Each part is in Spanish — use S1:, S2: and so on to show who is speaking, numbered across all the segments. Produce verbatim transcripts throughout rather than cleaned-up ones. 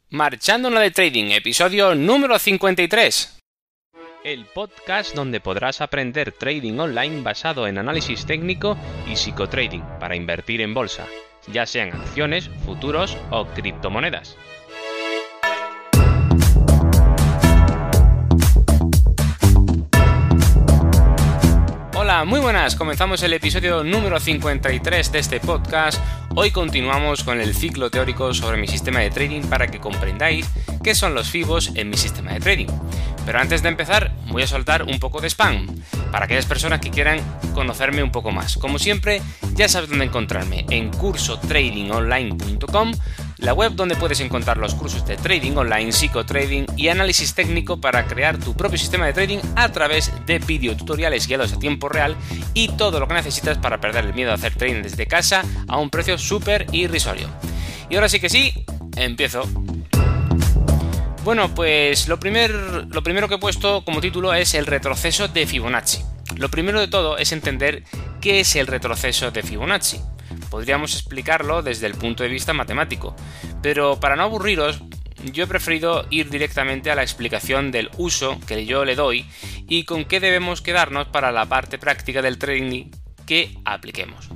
S1: Marchando en la de Trading, episodio número cincuenta y tres. El podcast donde podrás aprender trading online basado en análisis técnico y psicotrading para invertir en bolsa, ya sean acciones, futuros o criptomonedas. Hola, muy buenas, comenzamos el episodio número cincuenta y tres de este podcast. Hoy continuamos con el ciclo teórico sobre mi sistema de trading para que comprendáis qué son los fibos en mi sistema de trading. Pero antes de empezar, voy a soltar un poco de spam para aquellas personas que quieran conocerme un poco más. Como siempre, ya sabes dónde encontrarme, en curso trading online punto com, la web donde puedes encontrar los cursos de trading online, psicotrading y análisis técnico para crear tu propio sistema de trading a través de videotutoriales guiados a tiempo real y todo lo que necesitas para perder el miedo a hacer trading desde casa a un precio súper irrisorio. Y ahora sí que sí, empiezo. Bueno, pues lo, primer, lo primero que he puesto como título es el retroceso de Fibonacci. Lo primero de todo es entender qué es el retroceso de Fibonacci. Podríamos explicarlo desde el punto de vista matemático, pero para no aburriros, yo he preferido ir directamente a la explicación del uso que yo le doy y con qué debemos quedarnos para la parte práctica del trading que apliquemos.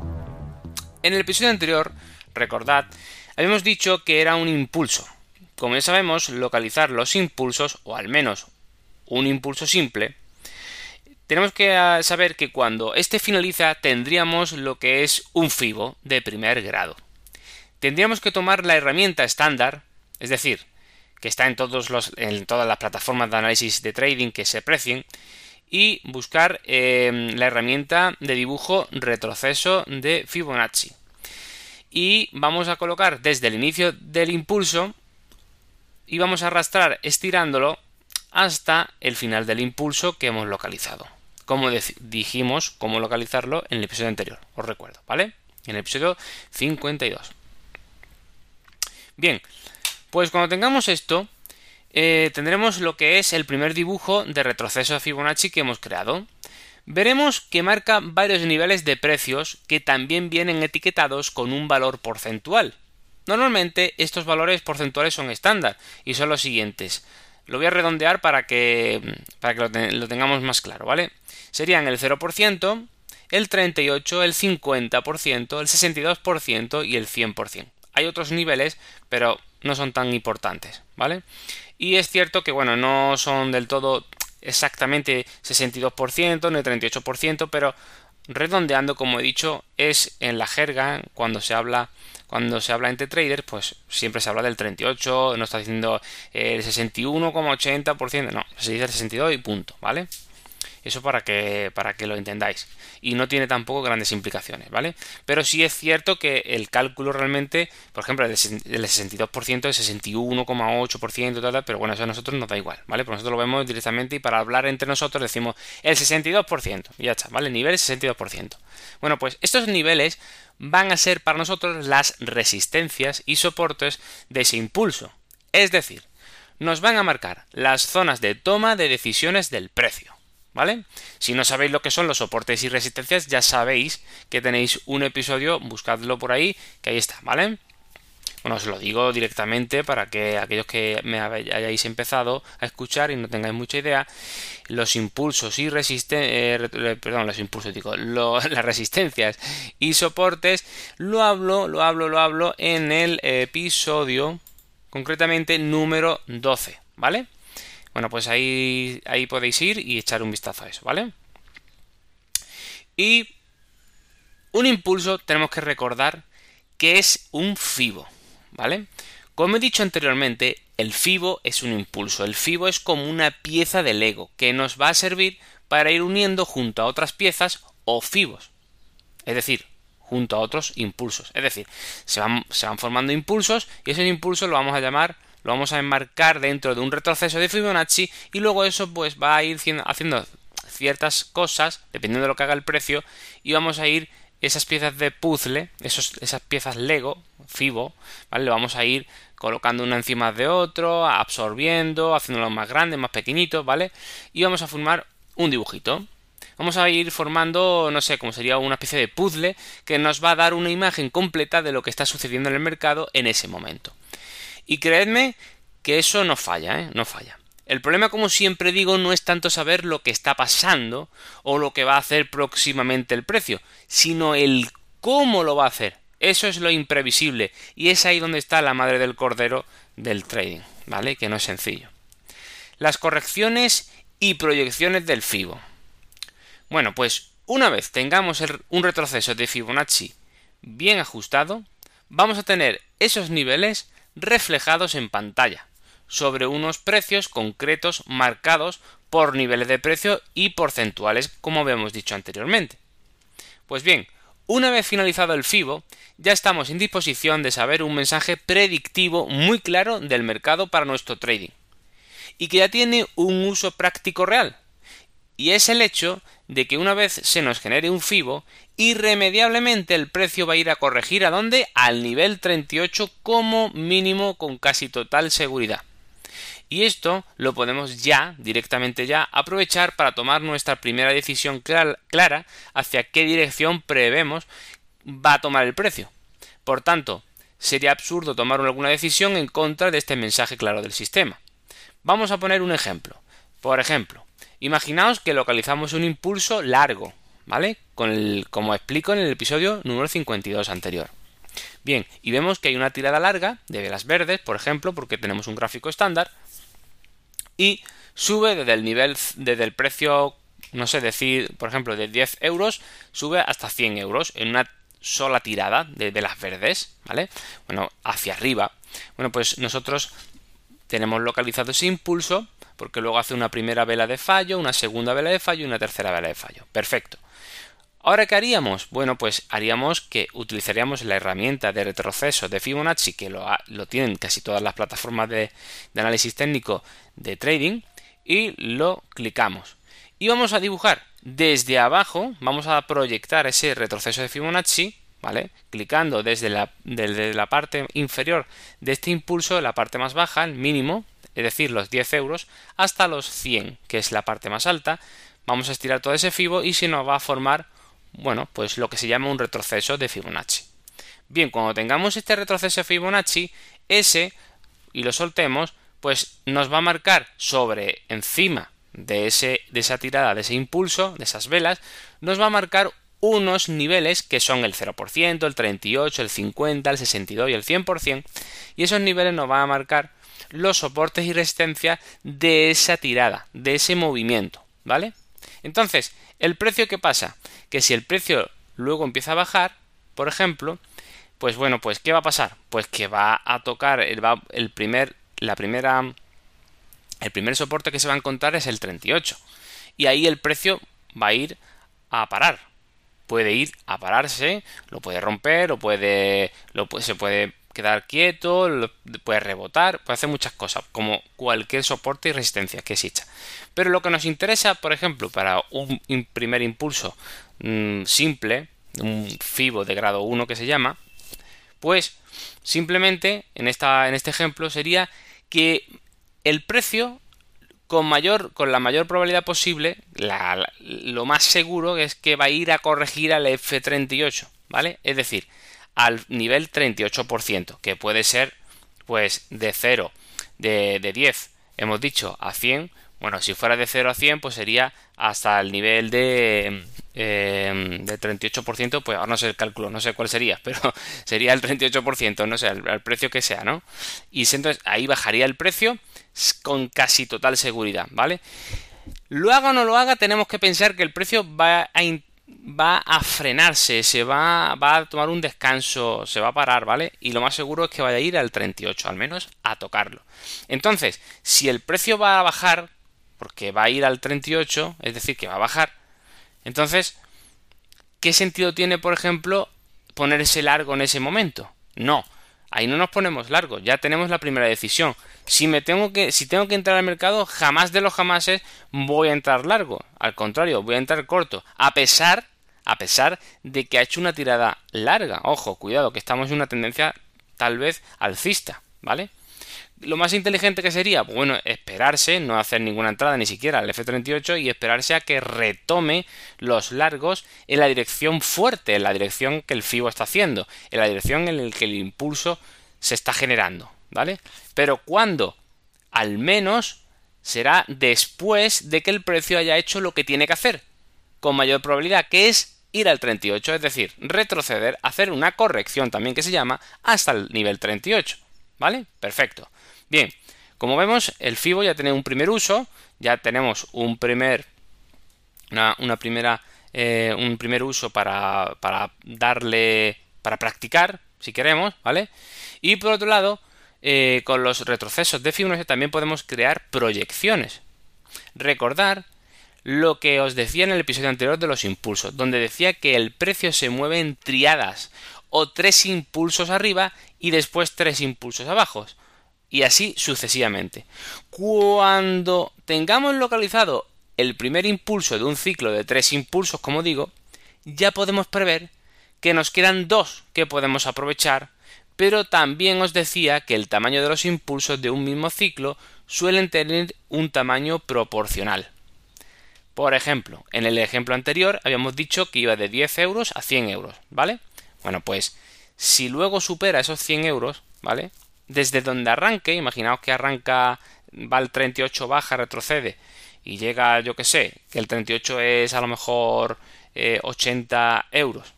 S1: En el episodio anterior, recordad, habíamos dicho que era un impulso. Como ya sabemos, localizar los impulsos, o al menos un impulso simple, tenemos que saber que cuando este finaliza tendríamos lo que es un fibo de primer grado. Tendríamos que tomar la herramienta estándar, es decir, que está en, todos los, en todas las plataformas de análisis de trading que se precien, y buscar eh, la herramienta de dibujo retroceso de Fibonacci. Y vamos a colocar desde el inicio del impulso y vamos a arrastrar estirándolo hasta el final del impulso que hemos localizado. Como dijimos, cómo localizarlo en el episodio anterior, os recuerdo, ¿vale? En el episodio cincuenta y dos. Bien, pues cuando tengamos esto, eh, tendremos lo que es el primer dibujo de retroceso de Fibonacci que hemos creado. Veremos que marca varios niveles de precios que también vienen etiquetados con un valor porcentual. Normalmente estos valores porcentuales son estándar y son los siguientes. Lo voy a redondear para que, para que lo, te, lo tengamos más claro, ¿vale? Serían el cero por ciento, el treinta y ocho por ciento, el cincuenta por ciento, el sesenta y dos por ciento y el cien por ciento. Hay otros niveles, pero no son tan importantes, ¿vale? Y es cierto que, bueno, no son del todo exactamente sesenta y dos por ciento ni treinta y ocho por ciento, pero redondeando, como he dicho, es en la jerga cuando se habla cuando se habla entre traders, pues siempre se habla del treinta y ocho, no está diciendo el sesenta y uno coma ochenta por ciento, no, se dice el sesenta y dos y punto, ¿vale? Eso para que para que lo entendáis. Y no tiene tampoco grandes implicaciones, ¿vale? Pero sí es cierto que el cálculo realmente, por ejemplo, el sesenta y dos por ciento, el sesenta y uno coma ocho por ciento, tal, tal, pero bueno, eso a nosotros nos da igual, ¿vale? Porque nosotros lo vemos directamente y para hablar entre nosotros decimos el sesenta y dos por ciento. Y ya está, ¿vale? Nivel sesenta y dos por ciento. Bueno, pues estos niveles van a ser para nosotros las resistencias y soportes de ese impulso. Es decir, nos van a marcar las zonas de toma de decisiones del precio, ¿vale? Si no sabéis lo que son los soportes y resistencias, ya sabéis que tenéis un episodio, buscadlo por ahí, que ahí está, ¿vale? Bueno, os lo digo directamente para que aquellos que me hayáis empezado a escuchar y no tengáis mucha idea, los impulsos y resistencias, eh, perdón, los impulsos, digo, lo, las resistencias y soportes, lo hablo, lo hablo, lo hablo en el episodio, concretamente número doce, ¿vale? Bueno, pues ahí, ahí podéis ir y echar un vistazo a eso, ¿vale? Y un impulso tenemos que recordar que es un fibo, ¿vale? Como he dicho anteriormente, el fibo es un impulso. El fibo es como una pieza de Lego que nos va a servir para ir uniendo junto a otras piezas o fibos. Es decir, junto a otros impulsos. Es decir, se van, se van formando impulsos y esos impulsos lo vamos a llamar... lo vamos a enmarcar dentro de un retroceso de Fibonacci y luego eso pues va a ir haciendo ciertas cosas dependiendo de lo que haga el precio y vamos a ir esas piezas de puzzle, esos, esas piezas Lego, Fibo, ¿vale? Lo vamos a ir colocando una encima de otro, absorbiendo, haciéndolos más grandes, más pequeñitos, ¿vale? Y vamos a formar un dibujito. Vamos a ir formando, no sé, como sería una especie de puzzle que nos va a dar una imagen completa de lo que está sucediendo en el mercado en ese momento. Y creedme que eso no falla, ¿eh? No falla. El problema, como siempre digo, no es tanto saber lo que está pasando o lo que va a hacer próximamente el precio, sino el cómo lo va a hacer. Eso es lo imprevisible y es ahí donde está la madre del cordero del trading, ¿vale? Que no es sencillo. Las correcciones y proyecciones del Fibo. Bueno, pues una vez tengamos el, un retroceso de Fibonacci bien ajustado, vamos a tener esos niveles reflejados en pantalla sobre unos precios concretos marcados por niveles de precio y porcentuales, como habíamos dicho anteriormente. Pues bien, una vez finalizado el Fibo, ya estamos en disposición de saber un mensaje predictivo muy claro del mercado para nuestro trading y que ya tiene un uso práctico real, y es el hecho de que una vez se nos genere un Fibo, irremediablemente el precio va a ir a corregir ¿a dónde? Al nivel treinta y ocho como mínimo con casi total seguridad. Y esto lo podemos ya, directamente ya, aprovechar para tomar nuestra primera decisión clara hacia qué dirección prevemos va a tomar el precio. Por tanto, sería absurdo tomar alguna decisión en contra de este mensaje claro del sistema. Vamos a poner un ejemplo. Por ejemplo, imaginaos que localizamos un impulso largo, ¿vale? Con el, como explico en el episodio número cincuenta y dos anterior. Bien, y vemos que hay una tirada larga de velas verdes, por ejemplo, porque tenemos un gráfico estándar, y sube desde el nivel, desde el precio, no sé, decir, por ejemplo, de diez euros, sube hasta cien euros en una sola tirada de velas verdes, ¿vale? Bueno, hacia arriba. Bueno, pues nosotros tenemos localizado ese impulso, porque luego hace una primera vela de fallo, una segunda vela de fallo y una tercera vela de fallo. Perfecto. ¿Ahora qué haríamos? Bueno, pues haríamos que utilizaríamos la herramienta de retroceso de Fibonacci, que lo, ha, lo tienen casi todas las plataformas de, de análisis técnico de trading, y lo clicamos. Y vamos a dibujar desde abajo, vamos a proyectar ese retroceso de Fibonacci, ¿vale? Clicando desde la, desde la parte inferior de este impulso, la parte más baja, el mínimo, es decir, los diez euros, hasta los cien, que es la parte más alta. Vamos a estirar todo ese Fibo y se nos va a formar, bueno, pues lo que se llama un retroceso de Fibonacci. Bien, cuando tengamos este retroceso de Fibonacci, ese, y lo soltemos, pues nos va a marcar sobre, encima de, ese, de esa tirada, de ese impulso, de esas velas, nos va a marcar unos niveles que son el cero por ciento, el treinta y ocho por ciento, el cincuenta por ciento, el sesenta y dos por ciento y el cien por ciento, y esos niveles nos van a marcar los soportes y resistencias de esa tirada, de ese movimiento, ¿vale? Entonces, ¿el precio qué pasa? Que si el precio luego empieza a bajar, por ejemplo, pues bueno, pues ¿qué va a pasar? Pues que va a tocar el, el primer, la primera, el primer soporte que se va a encontrar es el treinta y ocho, y ahí el precio va a ir a parar. Puede ir a pararse, lo puede romper, o puede, lo, se puede quedar quieto, lo, puede rebotar, puede hacer muchas cosas, como cualquier soporte y resistencia que exista. Pero lo que nos interesa, por ejemplo, para un primer impulso mmm, simple, un Fibo de grado uno que se llama, pues simplemente en, esta, en este ejemplo sería que el precio con mayor con la mayor probabilidad posible, la, la, lo más seguro es que va a ir a corregir al F treinta y ocho, ¿vale? Es decir, al nivel treinta y ocho por ciento, que puede ser pues de cero, de, de diez, hemos dicho, a cien. Bueno, si fuera de cero a cien, pues sería hasta el nivel de, eh, de treinta y ocho por ciento, pues ahora no sé el cálculo, no sé cuál sería, pero sería el treinta y ocho por ciento, no sé, el, el precio que sea, ¿no? Y entonces ahí bajaría el precio con casi total seguridad, ¿vale? Lo haga o no lo haga, tenemos que pensar que el precio va a, va a frenarse, se va, va a tomar un descanso, se va a parar, ¿vale? Y lo más seguro es que vaya a ir al treinta y ocho, al menos a tocarlo. Entonces, si el precio va a bajar, porque va a ir al treinta y ocho, es decir, que va a bajar, entonces, ¿qué sentido tiene, por ejemplo, ponerse largo en ese momento? No, ahí no nos ponemos largo, ya tenemos la primera decisión. Si me tengo que, si tengo que entrar al mercado, jamás de los jamases voy a entrar largo. Al contrario, voy a entrar corto, a pesar, a pesar de que ha hecho una tirada larga. Ojo, cuidado, que estamos en una tendencia tal vez alcista, ¿vale? Lo más inteligente que sería, bueno, esperarse, no hacer ninguna entrada ni siquiera al F treinta y ocho y esperarse a que retome los largos en la dirección fuerte, en la dirección que el Fibo está haciendo, en la dirección en la que el impulso se está generando, ¿vale? Pero ¿cuándo? Al menos será después de que el precio haya hecho lo que tiene que hacer, con mayor probabilidad, que es ir al treinta y ocho, es decir, retroceder, hacer una corrección también que se llama, hasta el nivel treinta y ocho, ¿vale? Perfecto. Bien, como vemos, el FIBO ya tiene un primer uso, ya tenemos un primer, una, una primera, eh, un primer uso para, para darle, para practicar, si queremos, ¿vale? Y por otro lado, eh, con los retrocesos de Fibonacci también podemos crear proyecciones. Recordar lo que os decía en el episodio anterior de los impulsos, donde decía que el precio se mueve en triadas o tres impulsos arriba y después tres impulsos abajo, y así sucesivamente. Cuando tengamos localizado el primer impulso de un ciclo de tres impulsos, como digo, ya podemos prever que nos quedan dos que podemos aprovechar, pero también os decía que el tamaño de los impulsos de un mismo ciclo suelen tener un tamaño proporcional. Por ejemplo, en el ejemplo anterior habíamos dicho que iba de diez euros a cien euros, ¿vale? Bueno, pues si luego supera esos cien euros, ¿vale? Desde donde arranque, imaginaos que arranca, va al treinta y ocho, baja, retrocede y llega, yo que sé, que el treinta y ocho es a lo mejor eh, ochenta euros.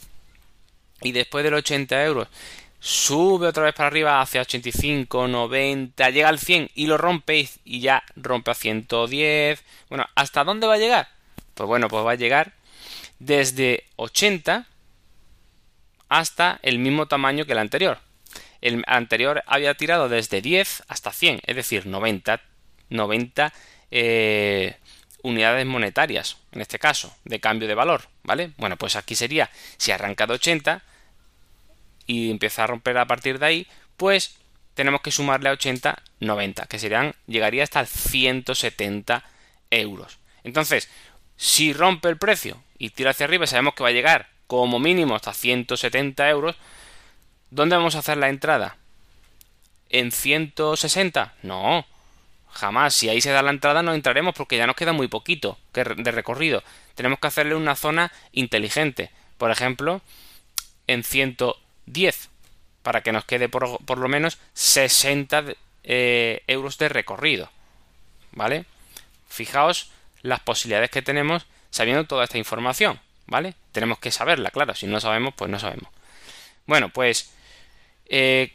S1: Y después del ochenta euros sube otra vez para arriba hacia ochenta y cinco, noventa, llega al cien y lo rompe y ya rompe a ciento diez. Bueno, ¿hasta dónde va a llegar? Pues bueno, pues va a llegar desde ochenta hasta el mismo tamaño que el anterior. El anterior había tirado desde diez hasta cien, es decir, noventa, noventa eh, unidades monetarias, en este caso, de cambio de valor, ¿vale? Bueno, pues aquí sería, si arranca de ochenta y empieza a romper a partir de ahí, pues tenemos que sumarle a ochenta, noventa, que serían, llegaría hasta ciento setenta euros. Entonces, si rompe el precio y tira hacia arriba, sabemos que va a llegar como mínimo hasta ciento setenta euros. ¿Dónde vamos a hacer la entrada? ¿En ciento sesenta? No, jamás. Si ahí se da la entrada no entraremos porque ya nos queda muy poquito de recorrido. Tenemos que hacerle una zona inteligente. Por ejemplo, en ciento diez, para que nos quede por, por lo menos sesenta eh, euros de recorrido, ¿vale? Fijaos las posibilidades que tenemos sabiendo toda esta información, ¿vale? Tenemos que saberla, claro, si no sabemos, pues no sabemos. Bueno, pues eh,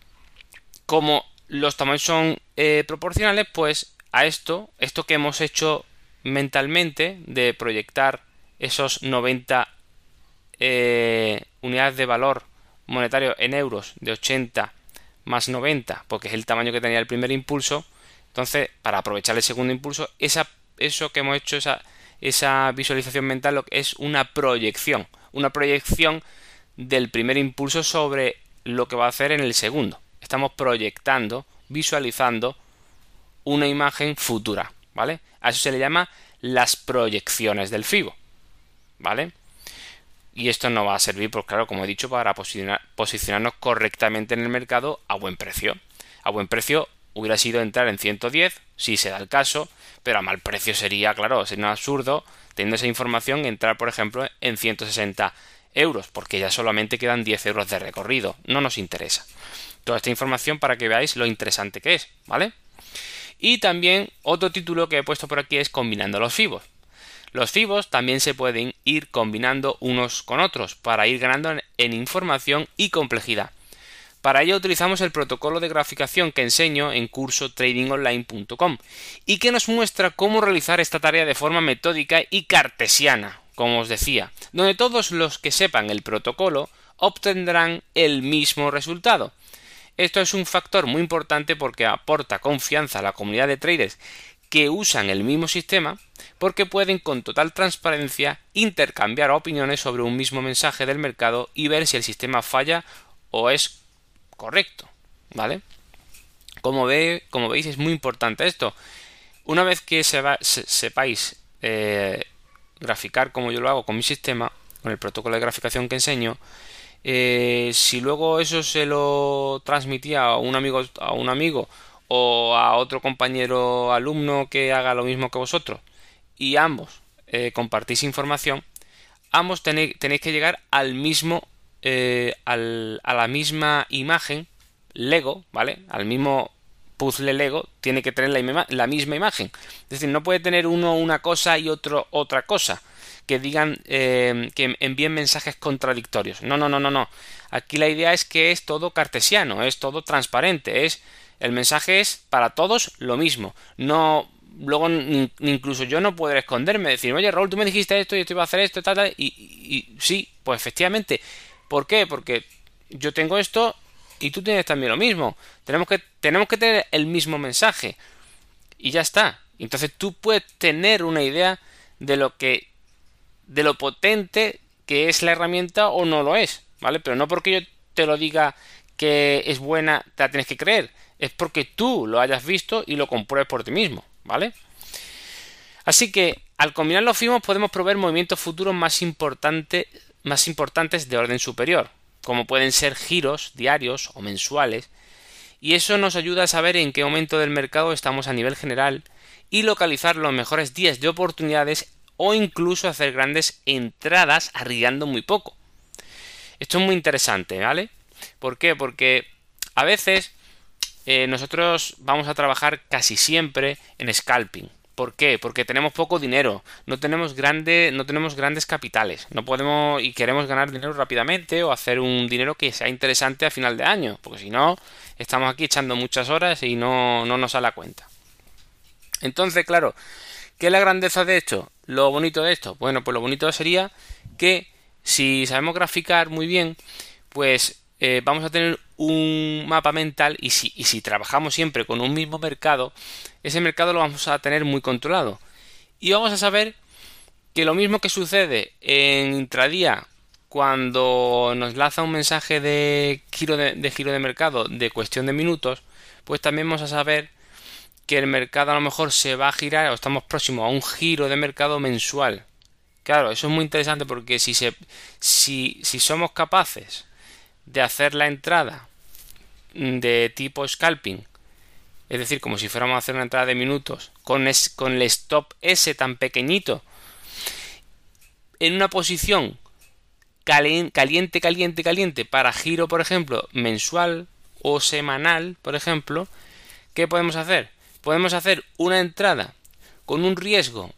S1: como los tamaños son eh, proporcionales, pues a esto, esto que hemos hecho mentalmente de proyectar esos noventa eh, unidades de valor monetario en euros de ochenta más noventa, porque es el tamaño que tenía el primer impulso. Entonces, para aprovechar el segundo impulso, esa, eso que hemos hecho, esa, esa visualización mental, lo que es una proyección, una proyección del primer impulso sobre lo que va a hacer en el segundo. Estamos proyectando, visualizando una imagen futura, ¿vale? A eso se le llama las proyecciones del FIBO, ¿vale? Y esto nos va a servir, pues claro, como he dicho, para posicionar, posicionarnos correctamente en el mercado a buen precio. A buen precio hubiera sido entrar en ciento diez, si se da el caso, pero a mal precio sería, claro, sería un absurdo, teniendo esa información, entrar, por ejemplo, en ciento sesenta euros, porque ya solamente quedan diez euros de recorrido. No nos interesa. Toda esta información para que veáis lo interesante que es, ¿vale? Y también otro título que he puesto por aquí es combinando los FIBOs. Los FIBOs también se pueden ir combinando unos con otros para ir ganando en información y complejidad. Para ello utilizamos el protocolo de graficación que enseño en curso trading online punto com y que nos muestra cómo realizar esta tarea de forma metódica y cartesiana, como os decía, donde todos los que sepan el protocolo obtendrán el mismo resultado. Esto es un factor muy importante porque aporta confianza a la comunidad de traders que usan el mismo sistema, porque pueden con total transparencia intercambiar opiniones sobre un mismo mensaje del mercado y ver si el sistema falla o es correcto, ¿vale? Como, ve, como veis, es muy importante esto. Una vez que se va, se, sepáis eh, graficar como yo lo hago con mi sistema, con el protocolo de graficación que enseño, eh, si luego eso se lo transmitía a un amigo, a un amigo o a otro compañero alumno que haga lo mismo que vosotros y ambos eh, compartís información, ambos tenéis, tenéis que llegar al mismo eh, al, a la misma imagen, Lego, ¿vale? Al mismo puzzle Lego tiene que tener la, ima- la misma imagen. Es decir, no puede tener uno una cosa y otro otra cosa. Que digan, eh, que envíen mensajes contradictorios. No, no, no, no, no. Aquí la idea es que es todo cartesiano, es todo transparente, es el mensaje es para todos lo mismo. No, luego ni, ni incluso yo no puedo esconderme, decir, oye Raúl, tú me dijiste esto y esto iba a hacer esto, tal, tal, y, y, y sí, pues efectivamente. ¿Por qué? Porque yo tengo esto y tú tienes también lo mismo. Tenemos que, tenemos que tener el mismo mensaje y ya está. Entonces tú puedes tener una idea de lo que de lo potente que es la herramienta o no lo es, ¿vale? Pero no porque yo te lo diga que es buena, te la tienes que creer. Es porque tú lo hayas visto y lo compruebes por ti mismo, ¿vale? Así que, al combinar los fimos podemos proveer movimientos futuros más, importante, más importantes de orden superior, como pueden ser giros diarios o mensuales, y eso nos ayuda a saber en qué momento del mercado estamos a nivel general y localizar los mejores días de oportunidades o incluso hacer grandes entradas arriesgando muy poco. Esto es muy interesante, ¿vale? ¿Por qué? Porque a veces eh, nosotros vamos a trabajar casi siempre en scalping. ¿Por qué? Porque tenemos poco dinero, no tenemos grande, no tenemos grandes capitales, no podemos y queremos ganar dinero rápidamente o hacer un dinero que sea interesante a final de año, porque si no estamos aquí echando muchas horas y no, no nos sale a cuenta. Entonces, claro, ¿qué es la grandeza de esto? Lo bonito de esto, bueno, pues lo bonito sería que si sabemos graficar muy bien, pues eh, vamos a tener un mapa mental y si, y si trabajamos siempre con un mismo mercado, ese mercado lo vamos a tener muy controlado. Y vamos a saber que lo mismo que sucede en intradía cuando nos lanza un mensaje de giro de, de giro de mercado de cuestión de minutos, pues también vamos a saber que el mercado a lo mejor se va a girar o estamos próximos a un giro de mercado mensual. Claro, eso es muy interesante porque si, se, si, si somos capaces de hacer la entrada de tipo scalping, es decir, como si fuéramos a hacer una entrada de minutos con, es, con el stop S tan pequeñito en una posición caliente, caliente, caliente para giro, por ejemplo, mensual o semanal, por ejemplo, ¿qué podemos hacer? Podemos hacer una entrada con un riesgo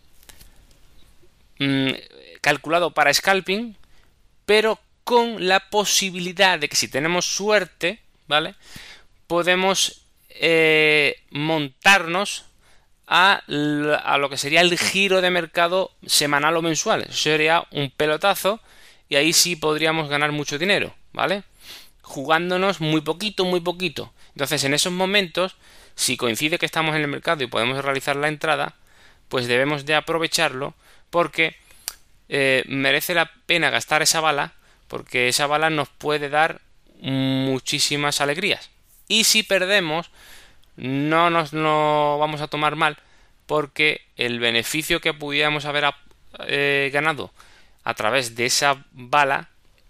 S1: mmm, calculado para scalping, pero con la posibilidad de que si tenemos suerte, ¿vale? Podemos eh, montarnos a, a lo que sería el giro de mercado semanal o mensual. Eso sería un pelotazo y ahí sí podríamos ganar mucho dinero, ¿vale? Jugándonos muy poquito, muy poquito. Entonces, en esos momentos, si coincide que estamos en el mercado y podemos realizar la entrada, pues debemos de aprovecharlo porque eh, merece la pena gastar esa bala, porque esa bala nos puede dar muchísimas alegrías. Y si perdemos, no nos lo vamos a tomar mal, porque el beneficio que pudiéramos haber eh, ganado a través de esa bala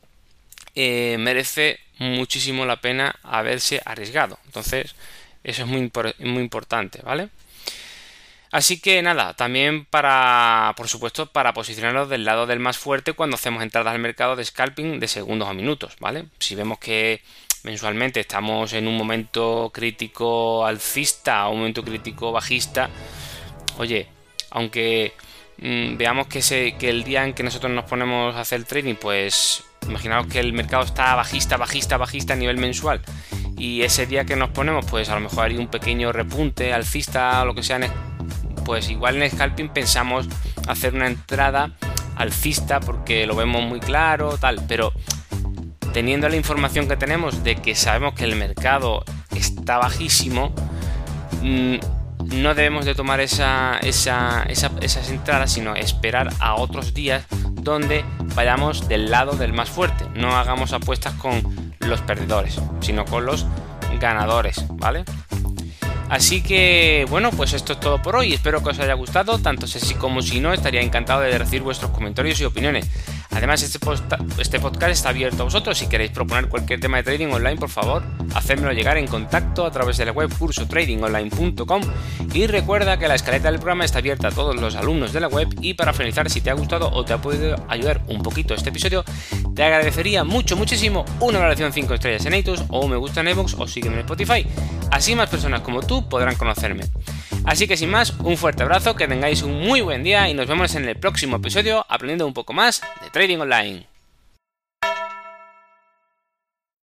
S1: eh, merece muchísimo la pena haberse arriesgado. Entonces, eso es muy, muy importante, ¿vale? Así que nada, también para, por supuesto, para posicionarnos del lado del más fuerte cuando hacemos entradas al mercado de scalping de segundos a minutos, ¿vale? Si vemos que mensualmente estamos en un momento crítico alcista o un momento crítico bajista, oye, aunque mmm, veamos que, se, que el día en que nosotros nos ponemos a hacer trading, pues imaginaos que el mercado está bajista, bajista, bajista a nivel mensual y ese día que nos ponemos, pues a lo mejor haría un pequeño repunte alcista o lo que sea, pues igual en scalping pensamos hacer una entrada alcista porque lo vemos muy claro, tal, pero teniendo la información que tenemos de que sabemos que el mercado está bajísimo, no debemos de tomar esa, esa, esa, esas entradas, sino esperar a otros días donde vayamos del lado del más fuerte. No hagamos apuestas con los perdedores, sino con los ganadores, ¿vale? Así que, bueno, pues esto es todo por hoy. Espero que os haya gustado, tanto si como si no, estaría encantado de recibir vuestros comentarios y opiniones. Además, este, post este podcast está abierto a vosotros. Si queréis proponer cualquier tema de trading online, por favor, hacedmelo llegar en contacto a través de la web curso trading online punto com. Y recuerda que la escaleta del programa está abierta a todos los alumnos de la web. Y para finalizar, si te ha gustado o te ha podido ayudar un poquito este episodio, Te agradecería mucho, muchísimo una valoración cinco estrellas en iTunes o un me gusta en iVoox o sígueme en Spotify. Así más personas como tú podrán conocerme. Así que sin más, un fuerte abrazo, que tengáis un muy buen día y nos vemos en el próximo episodio aprendiendo un poco más de Trading Online.